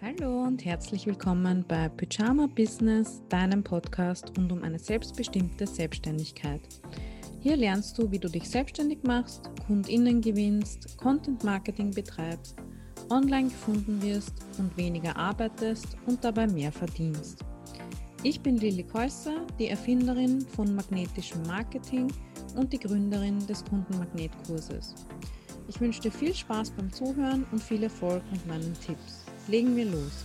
Hallo und herzlich willkommen bei Pyjama Business, deinem Podcast rund um eine selbstbestimmte Selbstständigkeit. Hier lernst du, wie du dich selbstständig machst, KundInnen gewinnst, Content Marketing betreibst, online gefunden wirst und weniger arbeitest und dabei mehr verdienst. Ich bin Lilly Käusser, die Erfinderin von magnetischem Marketing und die Gründerin des Kundenmagnetkurses. Ich wünsche dir viel Spaß beim Zuhören und viel Erfolg mit meinen Tipps. Legen wir los.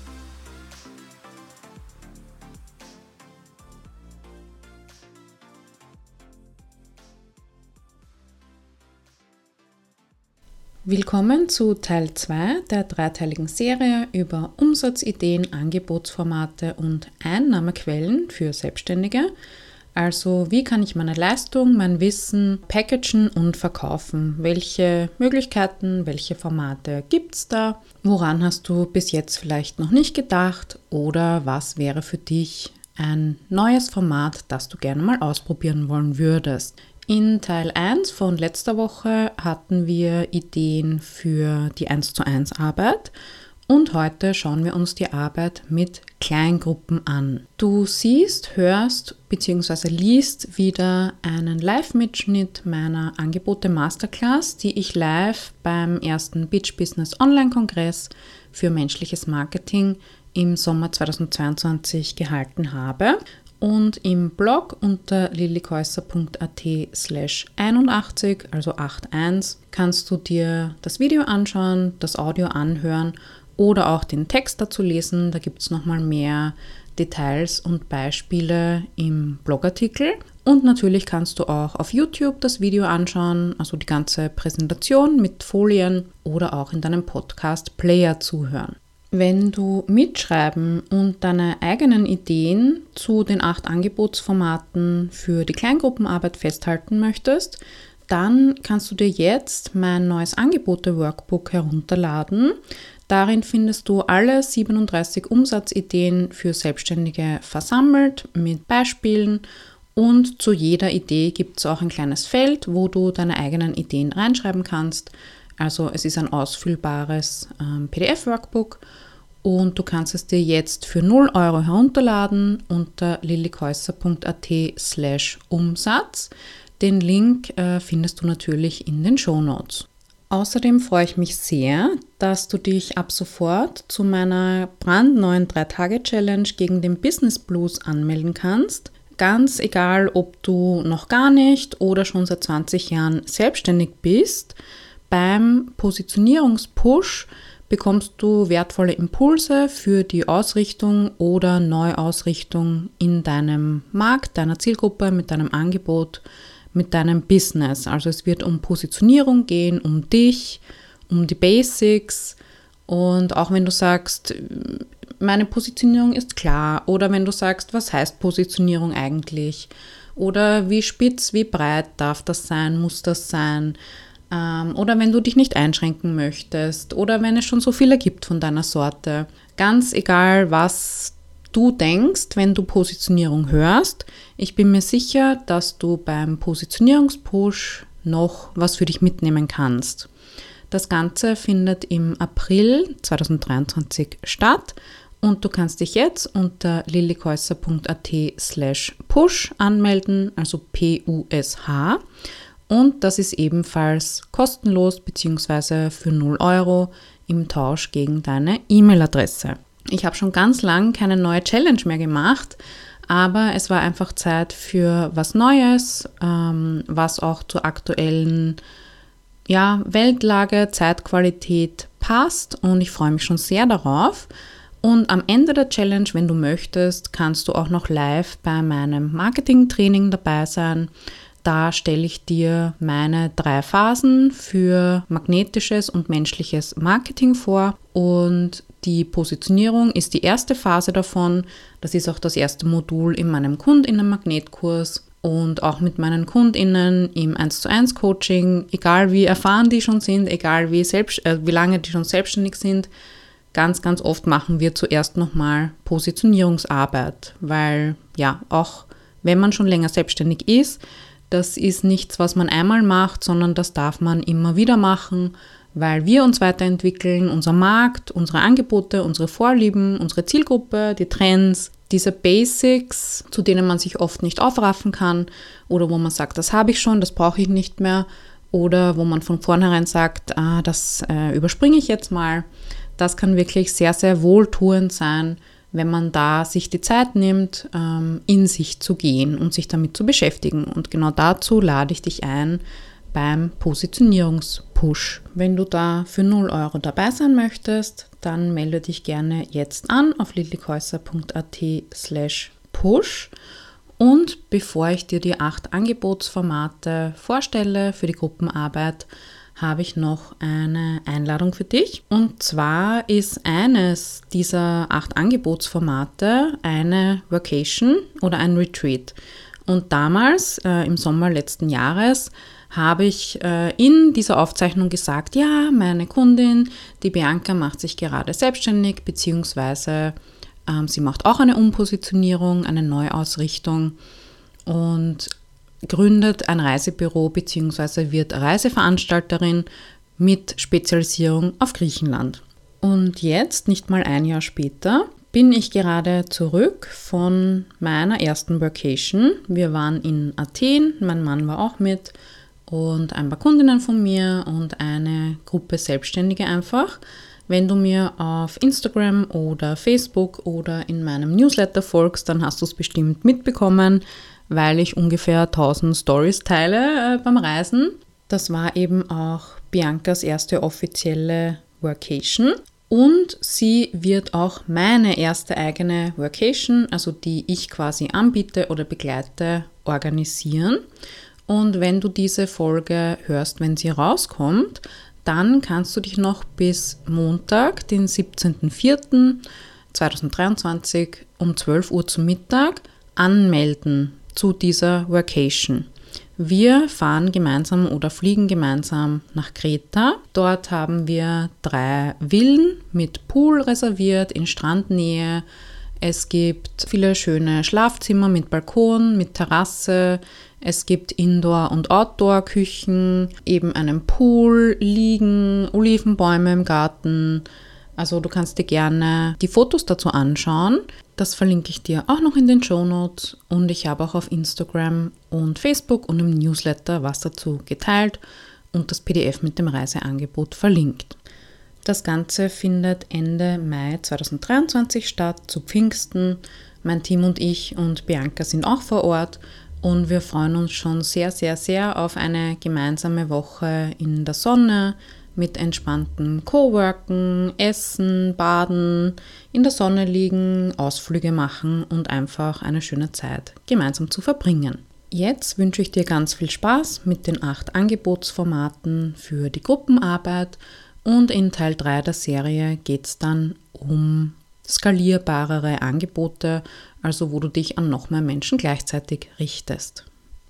Willkommen zu Teil 2 der dreiteiligen Serie über Umsatzideen, Angebotsformate und Einnahmequellen für Selbstständige. Also wie kann ich meine Leistung, mein Wissen packagen und verkaufen? Welche Möglichkeiten, welche Formate gibt es da? Woran hast du bis jetzt vielleicht noch nicht gedacht? Oder was wäre für dich ein neues Format, das du gerne mal ausprobieren wollen würdest? In Teil 1 von letzter Woche hatten wir Ideen für die 1:1 Arbeit. Und heute schauen wir uns die Arbeit mit Kleingruppen an. Du siehst, hörst bzw. liest wieder einen Live-Mitschnitt meiner Angebote Masterclass, die ich live beim ersten Pitch Business Online-Kongress für menschliches Marketing im Sommer 2022 gehalten habe. Und im Blog unter lillykäusser.at/81, also 81, kannst du dir das Video anschauen, das Audio anhören oder auch den Text dazu lesen. Da gibt es nochmal mehr Details und Beispiele im Blogartikel. Und natürlich kannst du auch auf YouTube das Video anschauen, also die ganze Präsentation mit Folien oder auch in deinem Podcast-Player zuhören. Wenn du mitschreiben und deine eigenen Ideen zu den 8 Angebotsformaten für die Kleingruppenarbeit festhalten möchtest, dann kannst du dir jetzt mein neues Angebote-Workbook herunterladen. Darin findest du alle 37 Umsatzideen für Selbstständige versammelt mit Beispielen und zu jeder Idee gibt es auch ein kleines Feld, wo du deine eigenen Ideen reinschreiben kannst. Also es ist ein ausfüllbares PDF-Workbook und du kannst es dir jetzt für 0 € herunterladen unter lillykäusser.at/Umsatz. Den Link findest du natürlich in den Shownotes. Außerdem freue ich mich sehr, dass du dich ab sofort zu meiner brandneuen 3-Tage-Challenge gegen den Business Blues anmelden kannst. Ganz egal, ob du noch gar nicht oder schon seit 20 Jahren selbstständig bist, beim Positionierungspush bekommst du wertvolle Impulse für die Ausrichtung oder Neuausrichtung in deinem Markt, deiner Zielgruppe, mit deinem Angebot, mit deinem Business. Also es wird um Positionierung gehen, um dich, um die Basics und auch wenn du sagst, meine Positionierung ist klar oder wenn du sagst, was heißt Positionierung eigentlich oder wie spitz, wie breit darf das sein, muss das sein oder wenn du dich nicht einschränken möchtest oder wenn es schon so viele gibt von deiner Sorte. Ganz egal, was du denkst, wenn du Positionierung hörst. Ich bin mir sicher, dass du beim Positionierungspush noch was für dich mitnehmen kannst. Das Ganze findet im April 2023 statt und du kannst dich jetzt unter lillykäusser.at/push anmelden, also PUSH. Und das ist ebenfalls kostenlos bzw. für 0 € im Tausch gegen deine E-Mail-Adresse. Ich habe schon ganz lang keine neue Challenge mehr gemacht, aber es war einfach Zeit für was Neues, was auch zur aktuellen Weltlage, Zeitqualität passt und ich freue mich schon sehr darauf. Und am Ende der Challenge, wenn du möchtest, kannst du auch noch live bei meinem Marketing-Training dabei sein. Da stelle ich dir meine 3 Phasen für magnetisches und menschliches Marketing vor und die Positionierung ist die erste Phase davon. Das ist auch das erste Modul in meinem KundInnen-Magnetkurs und auch mit meinen KundInnen im 1:1 Coaching, egal wie erfahren die schon sind, egal wie lange die schon selbstständig sind, ganz, ganz oft machen wir zuerst nochmal Positionierungsarbeit, weil auch wenn man schon länger selbstständig ist, das ist nichts, was man einmal macht, sondern das darf man immer wieder machen, weil wir uns weiterentwickeln, unser Markt, unsere Angebote, unsere Vorlieben, unsere Zielgruppe, die Trends, diese Basics, zu denen man sich oft nicht aufraffen kann oder wo man sagt, das habe ich schon, das brauche ich nicht mehr oder wo man von vornherein sagt, das überspringe ich jetzt mal. Das kann wirklich sehr, sehr wohltuend sein, wenn man da sich die Zeit nimmt, in sich zu gehen und sich damit zu beschäftigen. Und genau dazu lade ich dich ein beim Positionierungspush. Wenn du da für 0 Euro dabei sein möchtest, dann melde dich gerne jetzt an auf lillykäuser.at/push. Und bevor ich dir die 8 Angebotsformate vorstelle für die Gruppenarbeit, habe ich noch eine Einladung für dich. Und zwar ist eines dieser 8 Angebotsformate eine Vacation oder ein Retreat. Und damals, im Sommer letzten Jahres, habe ich in dieser Aufzeichnung gesagt, ja, meine Kundin, die Bianca, macht sich gerade selbstständig, beziehungsweise sie macht auch eine Umpositionierung, eine Neuausrichtung und gründet ein Reisebüro bzw. wird Reiseveranstalterin mit Spezialisierung auf Griechenland. Und jetzt, nicht mal ein Jahr später, bin ich gerade zurück von meiner ersten Vacation. Wir waren in Athen, mein Mann war auch mit und ein paar Kundinnen von mir und eine Gruppe Selbstständige einfach. Wenn du mir auf Instagram oder Facebook oder in meinem Newsletter folgst, dann hast du es bestimmt mitbekommen, weil ich ungefähr 1000 Stories teile beim Reisen. Das war eben auch Biancas erste offizielle Workation und sie wird auch meine erste eigene Workation, also die ich quasi anbiete oder begleite, organisieren. Und wenn du diese Folge hörst, wenn sie rauskommt, dann kannst du dich noch bis Montag, den 17.04.2023 um 12 Uhr zum Mittag anmelden zu dieser Workation. Wir fahren gemeinsam oder fliegen gemeinsam nach Kreta. Dort haben wir 3 Villen mit Pool reserviert in Strandnähe. Es gibt viele schöne Schlafzimmer mit Balkon, mit Terrasse. Es gibt Indoor- und Outdoor-Küchen, eben einen Pool, Liegen, Olivenbäume im Garten. Also du kannst dir gerne die Fotos dazu anschauen. Das verlinke ich dir auch noch in den Shownotes und ich habe auch auf Instagram und Facebook und im Newsletter was dazu geteilt und das PDF mit dem Reiseangebot verlinkt. Das Ganze findet Ende Mai 2023 statt, zu Pfingsten. Mein Team und ich und Bianca sind auch vor Ort und wir freuen uns schon sehr, sehr, sehr auf eine gemeinsame Woche in der Sonne mit entspanntem Coworken, Essen, Baden, in der Sonne liegen, Ausflüge machen und einfach eine schöne Zeit gemeinsam zu verbringen. Jetzt wünsche ich dir ganz viel Spaß mit den 8 Angebotsformaten für die Gruppenarbeit und in Teil 3 der Serie geht es dann um skalierbarere Angebote, also wo du dich an noch mehr Menschen gleichzeitig richtest.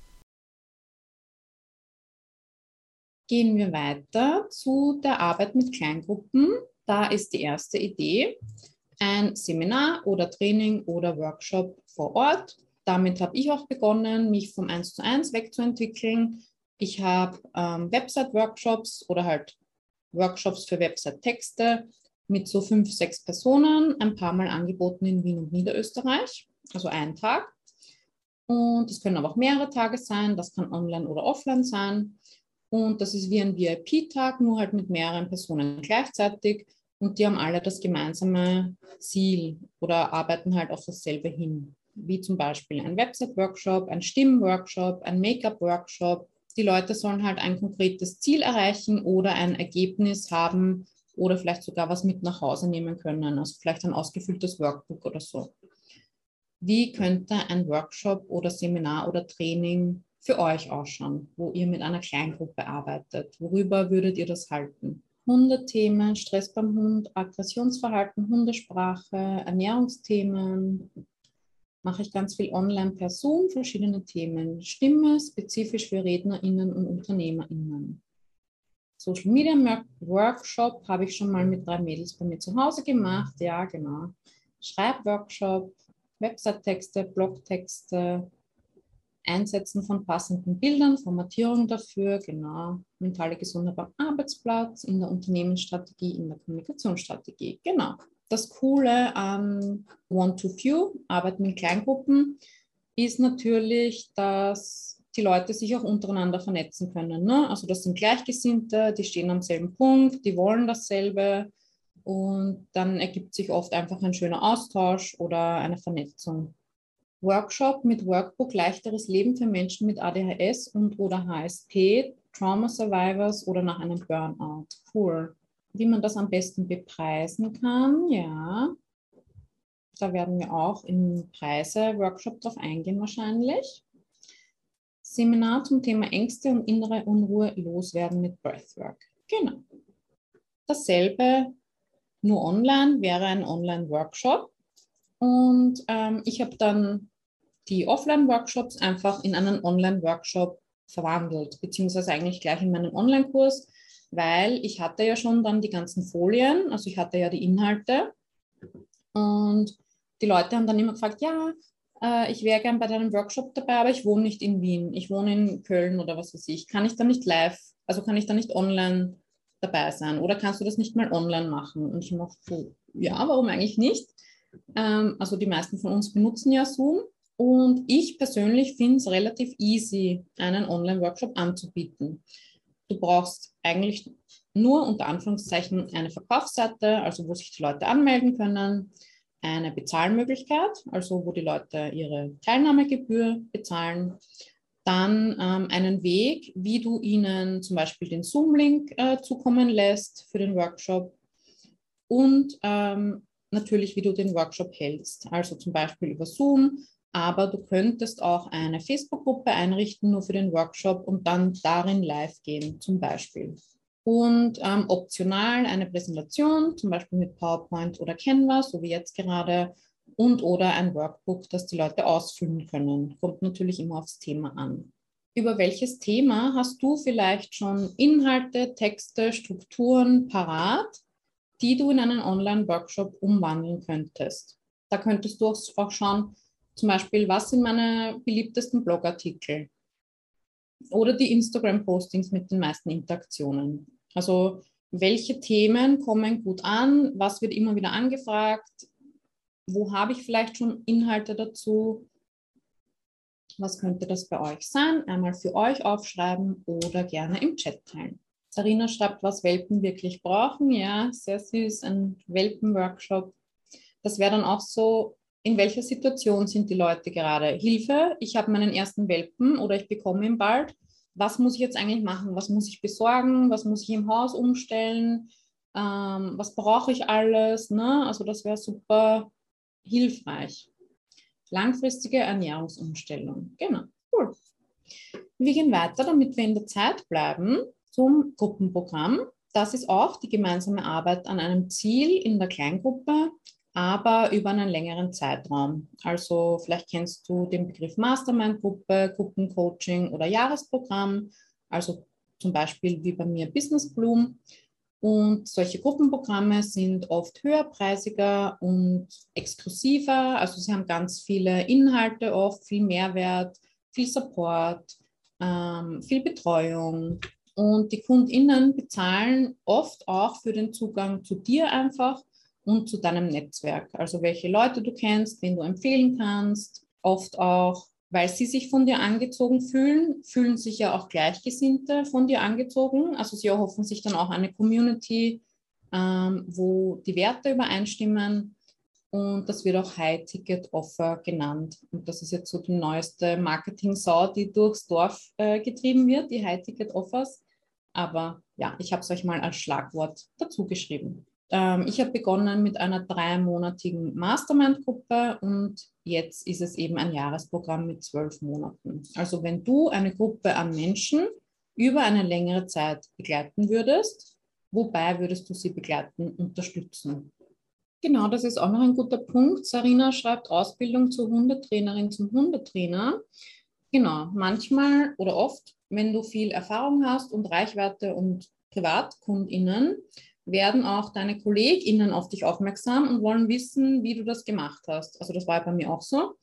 Gehen wir weiter zu der Arbeit mit Kleingruppen. Da ist die erste Idee ein Seminar oder Training oder Workshop vor Ort. Damit habe ich auch begonnen, mich vom 1:1 wegzuentwickeln. Ich habe Website-Workshops oder halt Workshops für Website-Texte mit so 5, 6 Personen, ein paar Mal angeboten in Wien und Niederösterreich, also einen Tag. Und es können aber auch mehrere Tage sein, das kann online oder offline sein. Und das ist wie ein VIP-Tag, nur halt mit mehreren Personen gleichzeitig. Und die haben alle das gemeinsame Ziel oder arbeiten halt auf dasselbe hin. Wie zum Beispiel ein Website-Workshop, ein Stimm-Workshop, ein Make-up-Workshop. Die Leute sollen halt ein konkretes Ziel erreichen oder ein Ergebnis haben oder vielleicht sogar was mit nach Hause nehmen können. Also vielleicht ein ausgefülltes Workbook oder so. Wie könnte ein Workshop oder Seminar oder Training für euch ausschauen, wo ihr mit einer Kleingruppe arbeitet? Worüber würdet ihr das halten? Hundethemen, Stress beim Hund, Aggressionsverhalten, Hundesprache, Ernährungsthemen. Mache ich ganz viel online per Zoom, verschiedene Themen. Stimme spezifisch für RednerInnen und UnternehmerInnen. Social Media Workshop habe ich schon mal mit 3 Mädels bei mir zu Hause gemacht. Ja, genau. Schreibworkshop, Website-Texte, Blogtexte, Einsetzen von passenden Bildern, Formatierung dafür, genau, mentale Gesundheit am Arbeitsplatz, in der Unternehmensstrategie, in der Kommunikationsstrategie, genau. Das Coole an One-to-Few, Arbeiten in Kleingruppen, ist natürlich, dass die Leute sich auch untereinander vernetzen können. Ne? Also das sind Gleichgesinnte, die stehen am selben Punkt, die wollen dasselbe und dann ergibt sich oft einfach ein schöner Austausch oder eine Vernetzung. Workshop mit Workbook Leichteres Leben für Menschen mit ADHS und oder HSP, Trauma Survivors oder nach einem Burnout. Cool. Wie man das am besten bepreisen kann, ja. Da werden wir auch im Preise-Workshop drauf eingehen wahrscheinlich. Seminar zum Thema Ängste und innere Unruhe loswerden mit Breathwork. Genau. Dasselbe, nur online, wäre ein Online-Workshop. Und ich habe dann die Offline-Workshops einfach in einen Online-Workshop verwandelt, beziehungsweise eigentlich gleich in meinen Online-Kurs, weil ich hatte ja schon dann die ganzen Folien, also ich hatte ja die Inhalte und die Leute haben dann immer gefragt, ja, ich wäre gern bei deinem Workshop dabei, aber ich wohne nicht in Wien, ich wohne in Köln oder was weiß ich. Kann ich da nicht live, also kann ich da nicht online dabei sein oder kannst du das nicht mal online machen? Und ich mache so, ja, warum eigentlich nicht? Also die meisten von uns benutzen ja Zoom und ich persönlich finde es relativ easy, einen Online-Workshop anzubieten. Du brauchst eigentlich nur unter Anführungszeichen eine Verkaufsseite, also wo sich die Leute anmelden können, eine Bezahlmöglichkeit, also wo die Leute ihre Teilnahmegebühr bezahlen, dann einen Weg, wie du ihnen zum Beispiel den Zoom-Link zukommen lässt für den Workshop und natürlich, wie du den Workshop hältst, also zum Beispiel über Zoom, aber du könntest auch eine Facebook-Gruppe einrichten, nur für den Workshop und dann darin live gehen, zum Beispiel. Und optional eine Präsentation, zum Beispiel mit PowerPoint oder Canva, so wie jetzt gerade, und oder ein Workbook, das die Leute ausfüllen können. Kommt natürlich immer aufs Thema an. Über welches Thema hast du vielleicht schon Inhalte, Texte, Strukturen parat, die du in einen Online-Workshop umwandeln könntest? Da könntest du auch schauen, zum Beispiel, was sind meine beliebtesten Blogartikel oder die Instagram-Postings mit den meisten Interaktionen. Also welche Themen kommen gut an, was wird immer wieder angefragt, wo habe ich vielleicht schon Inhalte dazu, was könnte das bei euch sein? Einmal für euch aufschreiben oder gerne im Chat teilen. Sarina schreibt, was Welpen wirklich brauchen. Ja, sehr süß, ein Welpen-Workshop. Das wäre dann auch so, in welcher Situation sind die Leute gerade? Hilfe, ich habe meinen ersten Welpen oder ich bekomme ihn bald. Was muss ich jetzt eigentlich machen? Was muss ich besorgen? Was muss ich im Haus umstellen? Was brauche ich alles? Ne? Also das wäre super hilfreich. Langfristige Ernährungsumstellung. Genau, cool. Wir gehen weiter, damit wir in der Zeit bleiben, zum Gruppenprogramm. Das ist auch die gemeinsame Arbeit an einem Ziel in der Kleingruppe, aber über einen längeren Zeitraum. Also vielleicht kennst du den Begriff Mastermind-Gruppe, Gruppencoaching oder Jahresprogramm, also zum Beispiel wie bei mir Business Bloom. Und solche Gruppenprogramme sind oft höherpreisiger und exklusiver. Also sie haben ganz viele Inhalte, oft viel Mehrwert, viel Support, viel Betreuung. Und die KundInnen bezahlen oft auch für den Zugang zu dir einfach und zu deinem Netzwerk. Also welche Leute du kennst, wen du empfehlen kannst. Oft auch, weil sie sich von dir angezogen fühlen, fühlen sich ja auch Gleichgesinnte von dir angezogen. Also sie erhoffen sich dann auch eine Community, wo die Werte übereinstimmen. Und das wird auch High-Ticket-Offer genannt. Und das ist jetzt so die neueste Marketing-Sau, die durchs Dorf getrieben wird, die High-Ticket-Offers. Aber ja, ich habe es euch mal als Schlagwort dazu geschrieben. Ich habe begonnen mit einer 3-monatigen Mastermind-Gruppe und jetzt ist es eben ein Jahresprogramm mit 12 Monaten. Also wenn du eine Gruppe an Menschen über eine längere Zeit begleiten würdest, wobei würdest du sie begleiten, unterstützen? Genau, das ist auch noch ein guter Punkt. Sarina schreibt Ausbildung zur Hundetrainerin zum Hundetrainer. Genau, manchmal oder oft, wenn du viel Erfahrung hast und Reichweite und PrivatkundInnen, werden auch deine KollegInnen auf dich aufmerksam und wollen wissen, wie du das gemacht hast. Also das war bei mir auch so.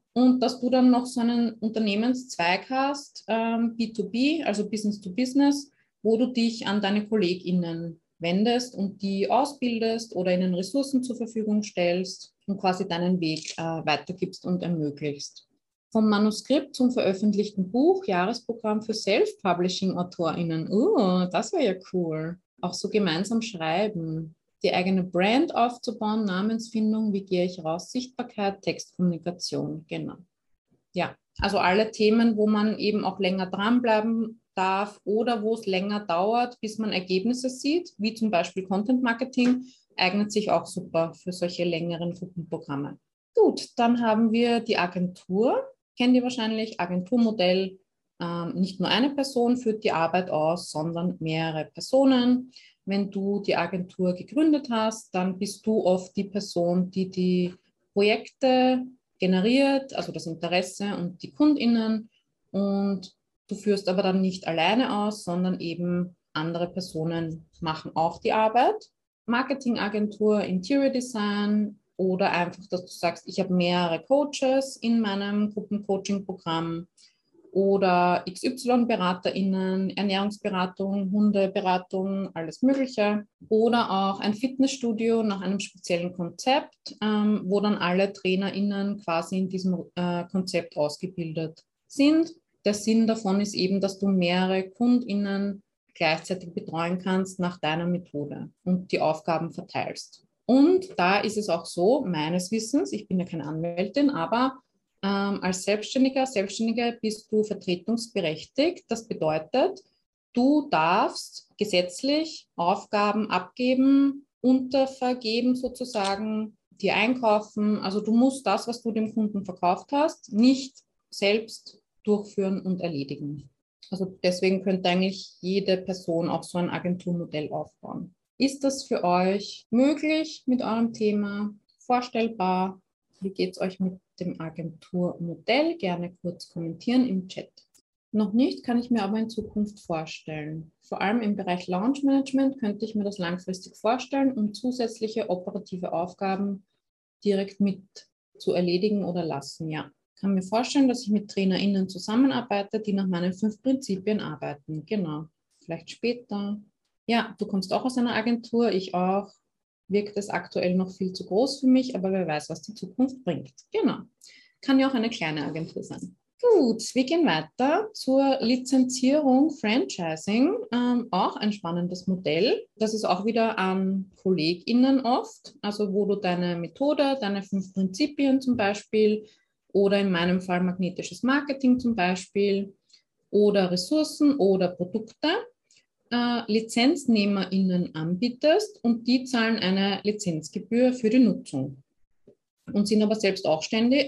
und dass du dann noch so einen Unternehmenszweig hast, B2B, also Business to Business, wo du dich an deine KollegInnen wendest und die ausbildest oder ihnen Ressourcen zur Verfügung stellst und quasi deinen Weg weitergibst und ermöglichst. Vom Manuskript zum veröffentlichten Buch, Jahresprogramm für Self-Publishing-AutorInnen. Das wäre ja cool. Auch so gemeinsam schreiben. Die eigene Brand aufzubauen, Namensfindung, wie gehe ich raus, Sichtbarkeit, Textkommunikation, genau. Ja, also alle Themen, wo man eben auch länger dranbleiben darf oder wo es länger dauert, bis man Ergebnisse sieht, wie zum Beispiel Content Marketing, eignet sich auch super für solche längeren Gruppenprogramme. Gut, dann haben wir die Agentur. Kennt ihr wahrscheinlich, Agenturmodell. Nicht nur eine Person führt die Arbeit aus, sondern mehrere Personen. Wenn du die Agentur gegründet hast, dann bist du oft die Person, die die Projekte generiert, also das Interesse und die KundInnen. Und du führst aber dann nicht alleine aus, sondern eben andere Personen machen auch die Arbeit. Marketingagentur, Interior Design oder einfach, dass du sagst, ich habe mehrere Coaches in meinem Gruppencoaching-Programm oder XY-BeraterInnen, Ernährungsberatung, Hundeberatung, alles Mögliche. Oder auch ein Fitnessstudio nach einem speziellen Konzept, wo dann alle TrainerInnen quasi in diesem Konzept ausgebildet sind. Der Sinn davon ist eben, dass du mehrere KundInnen gleichzeitig betreuen kannst nach deiner Methode und die Aufgaben verteilst. Und da ist es auch so, meines Wissens, ich bin ja keine Anwältin, aber als Selbstständige bist du vertretungsberechtigt. Das bedeutet, du darfst gesetzlich Aufgaben abgeben, untervergeben sozusagen, die einkaufen. Also du musst das, was du dem Kunden verkauft hast, nicht selbst durchführen und erledigen. Also deswegen könnte eigentlich jede Person auch so ein Agenturmodell aufbauen. Ist das für euch möglich mit eurem Thema? Vorstellbar? Wie geht es euch mit dem Agenturmodell? Gerne kurz kommentieren im Chat. Noch nicht, kann ich mir aber in Zukunft vorstellen. Vor allem im Bereich Launch Management könnte ich mir das langfristig vorstellen, um zusätzliche operative Aufgaben direkt mit zu erledigen oder lassen. Ja, kann mir vorstellen, dass ich mit TrainerInnen zusammenarbeite, die nach meinen 5 Prinzipien arbeiten. Genau, vielleicht später. Ja, du kommst auch aus einer Agentur, ich auch. Wirkt es aktuell noch viel zu groß für mich, aber wer weiß, was die Zukunft bringt. Genau. Kann ja auch eine kleine Agentur sein. Gut, wir gehen weiter zur Lizenzierung Franchising. Auch ein spannendes Modell. Das ist auch wieder an KollegInnen oft, also wo du deine Methode, deine 5 Prinzipien zum Beispiel oder in meinem Fall magnetisches Marketing zum Beispiel oder Ressourcen oder Produkte LizenznehmerInnen anbietest und die zahlen eine Lizenzgebühr für die Nutzung und sind aber selbst auch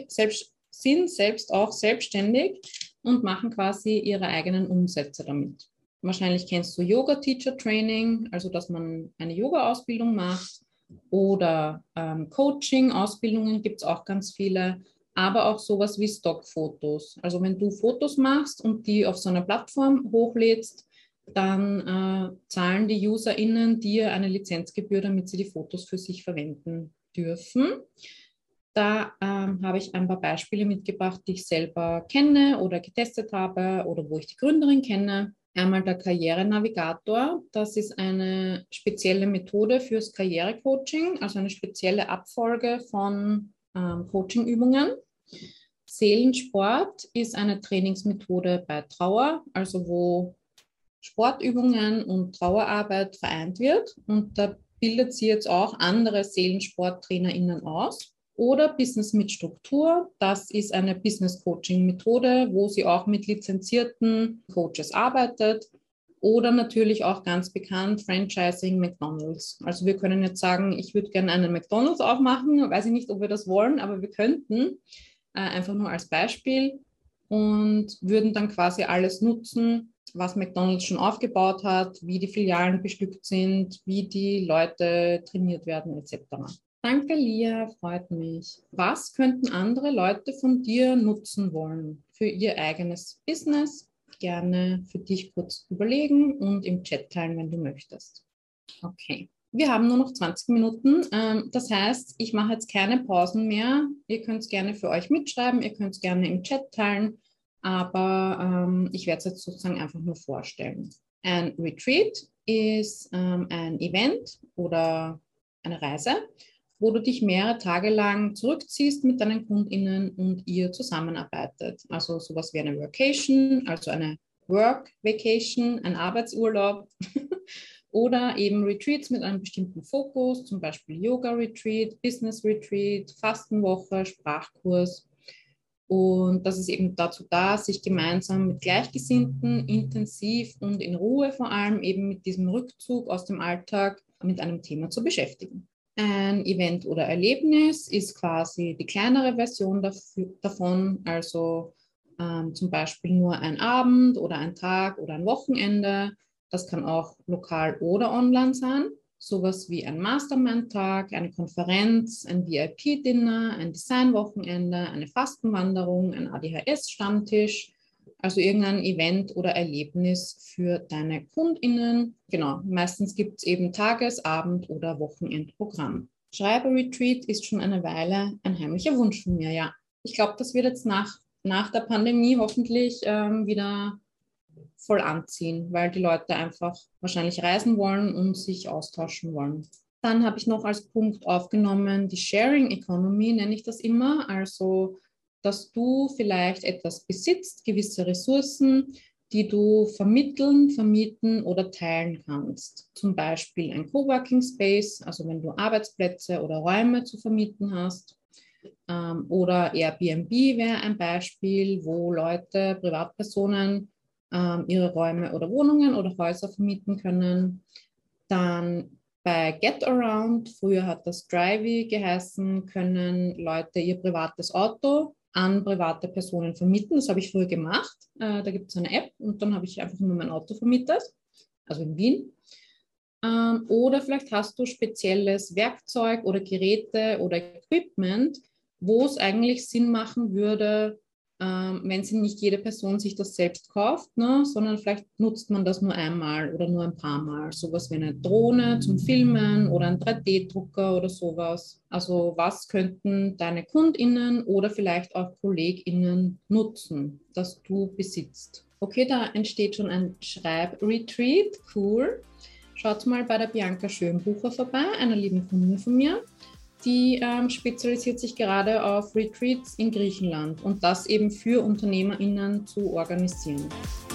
selbstständig und machen quasi ihre eigenen Umsätze damit. Wahrscheinlich kennst du Yoga Teacher Training, also dass man eine Yoga-Ausbildung macht oder Coaching-Ausbildungen gibt es auch ganz viele, aber auch sowas wie Stockfotos. Also wenn du Fotos machst und die auf so einer Plattform hochlädst, dann zahlen die UserInnen dir eine Lizenzgebühr, damit sie die Fotos für sich verwenden dürfen. Da habe ich ein paar Beispiele mitgebracht, die ich selber kenne oder getestet habe oder wo ich die Gründerin kenne. Einmal der Karrierenavigator. Das ist eine spezielle Methode fürs Karrierecoaching, also eine spezielle Abfolge von Coachingübungen. Seelensport ist eine Trainingsmethode bei Trauer, also wo Sportübungen und Trauerarbeit vereint wird. Und da bildet sie jetzt auch andere SeelensporttrainerInnen aus. Oder Business mit Struktur. Das ist eine Business-Coaching-Methode, wo sie auch mit lizenzierten Coaches arbeitet. Oder natürlich auch ganz bekannt Franchising McDonald's. Also wir können jetzt sagen, ich würde gerne einen McDonald's aufmachen. Weiß ich nicht, ob wir das wollen, aber wir könnten einfach nur als Beispiel und würden dann quasi alles nutzen, was McDonald's schon aufgebaut hat, wie die Filialen bestückt sind, wie die Leute trainiert werden etc. Danke, Lia, freut mich. Was könnten andere Leute von dir nutzen wollen für ihr eigenes Business? Gerne für dich kurz überlegen und im Chat teilen, wenn du möchtest. Okay. Wir haben nur noch 20 Minuten. Das heißt, ich mache jetzt keine Pausen mehr. Ihr könnt es gerne für euch mitschreiben, ihr könnt es gerne im Chat teilen, aber ich werde es jetzt sozusagen einfach nur vorstellen. Ein Retreat ist ein Event oder eine Reise, wo du dich mehrere Tage lang zurückziehst mit deinen KundInnen und ihr zusammenarbeitet. Also sowas wie eine Workation, also eine Work Vacation, ein Arbeitsurlaub oder eben Retreats mit einem bestimmten Fokus, zum Beispiel Yoga-Retreat, Business-Retreat, Fastenwoche, Sprachkurs. Und das ist eben dazu da, sich gemeinsam mit Gleichgesinnten intensiv und in Ruhe vor allem eben mit diesem Rückzug aus dem Alltag mit einem Thema zu beschäftigen. Ein Event oder Erlebnis ist quasi die kleinere Version davon, also zum Beispiel nur ein Abend oder ein Tag oder ein Wochenende. Das kann auch lokal oder online sein. Sowas wie ein Mastermind-Tag, eine Konferenz, ein VIP-Dinner, ein Designwochenende, eine Fastenwanderung, ein ADHS-Stammtisch, also irgendein Event oder Erlebnis für deine KundInnen. Genau, meistens gibt es eben Tages-, Abend- oder Wochenendprogramm. Schreiber-Retreat ist schon eine Weile ein heimlicher Wunsch von mir, ja. Ich glaube, das wird jetzt nach der Pandemie hoffentlich wieder voll anziehen, weil die Leute einfach wahrscheinlich reisen wollen und sich austauschen wollen. Dann habe ich noch als Punkt aufgenommen, die Sharing Economy nenne ich das immer, also dass du vielleicht etwas besitzt, gewisse Ressourcen, die du vermitteln, vermieten oder teilen kannst. Zum Beispiel ein Coworking Space, also wenn du Arbeitsplätze oder Räume zu vermieten hast. Oder Airbnb wäre ein Beispiel, wo Leute, Privatpersonen ihre Räume oder Wohnungen oder Häuser vermieten können. Dann bei Getaround, früher hat das Drivey geheißen, können Leute ihr privates Auto an private Personen vermieten. Das habe ich früher gemacht. Da gibt es eine App und dann habe ich einfach nur mein Auto vermietet, also in Wien. Oder vielleicht hast du spezielles Werkzeug oder Geräte oder Equipment, wo es eigentlich Sinn machen würde, wenn sie nicht jede Person sich das selbst kauft, ne, sondern vielleicht nutzt man das nur einmal oder nur ein paar Mal. Sowas wie eine Drohne zum Filmen oder ein 3D-Drucker oder sowas. Also was könnten deine KundInnen oder vielleicht auch KollegInnen nutzen, das du besitzt? Okay, da entsteht schon ein Schreibretreat. Cool. Schaut mal bei der Bianca Schönbucher vorbei, einer lieben Kundin von mir. Die spezialisiert sich gerade auf Retreats in Griechenland und das eben für UnternehmerInnen zu organisieren.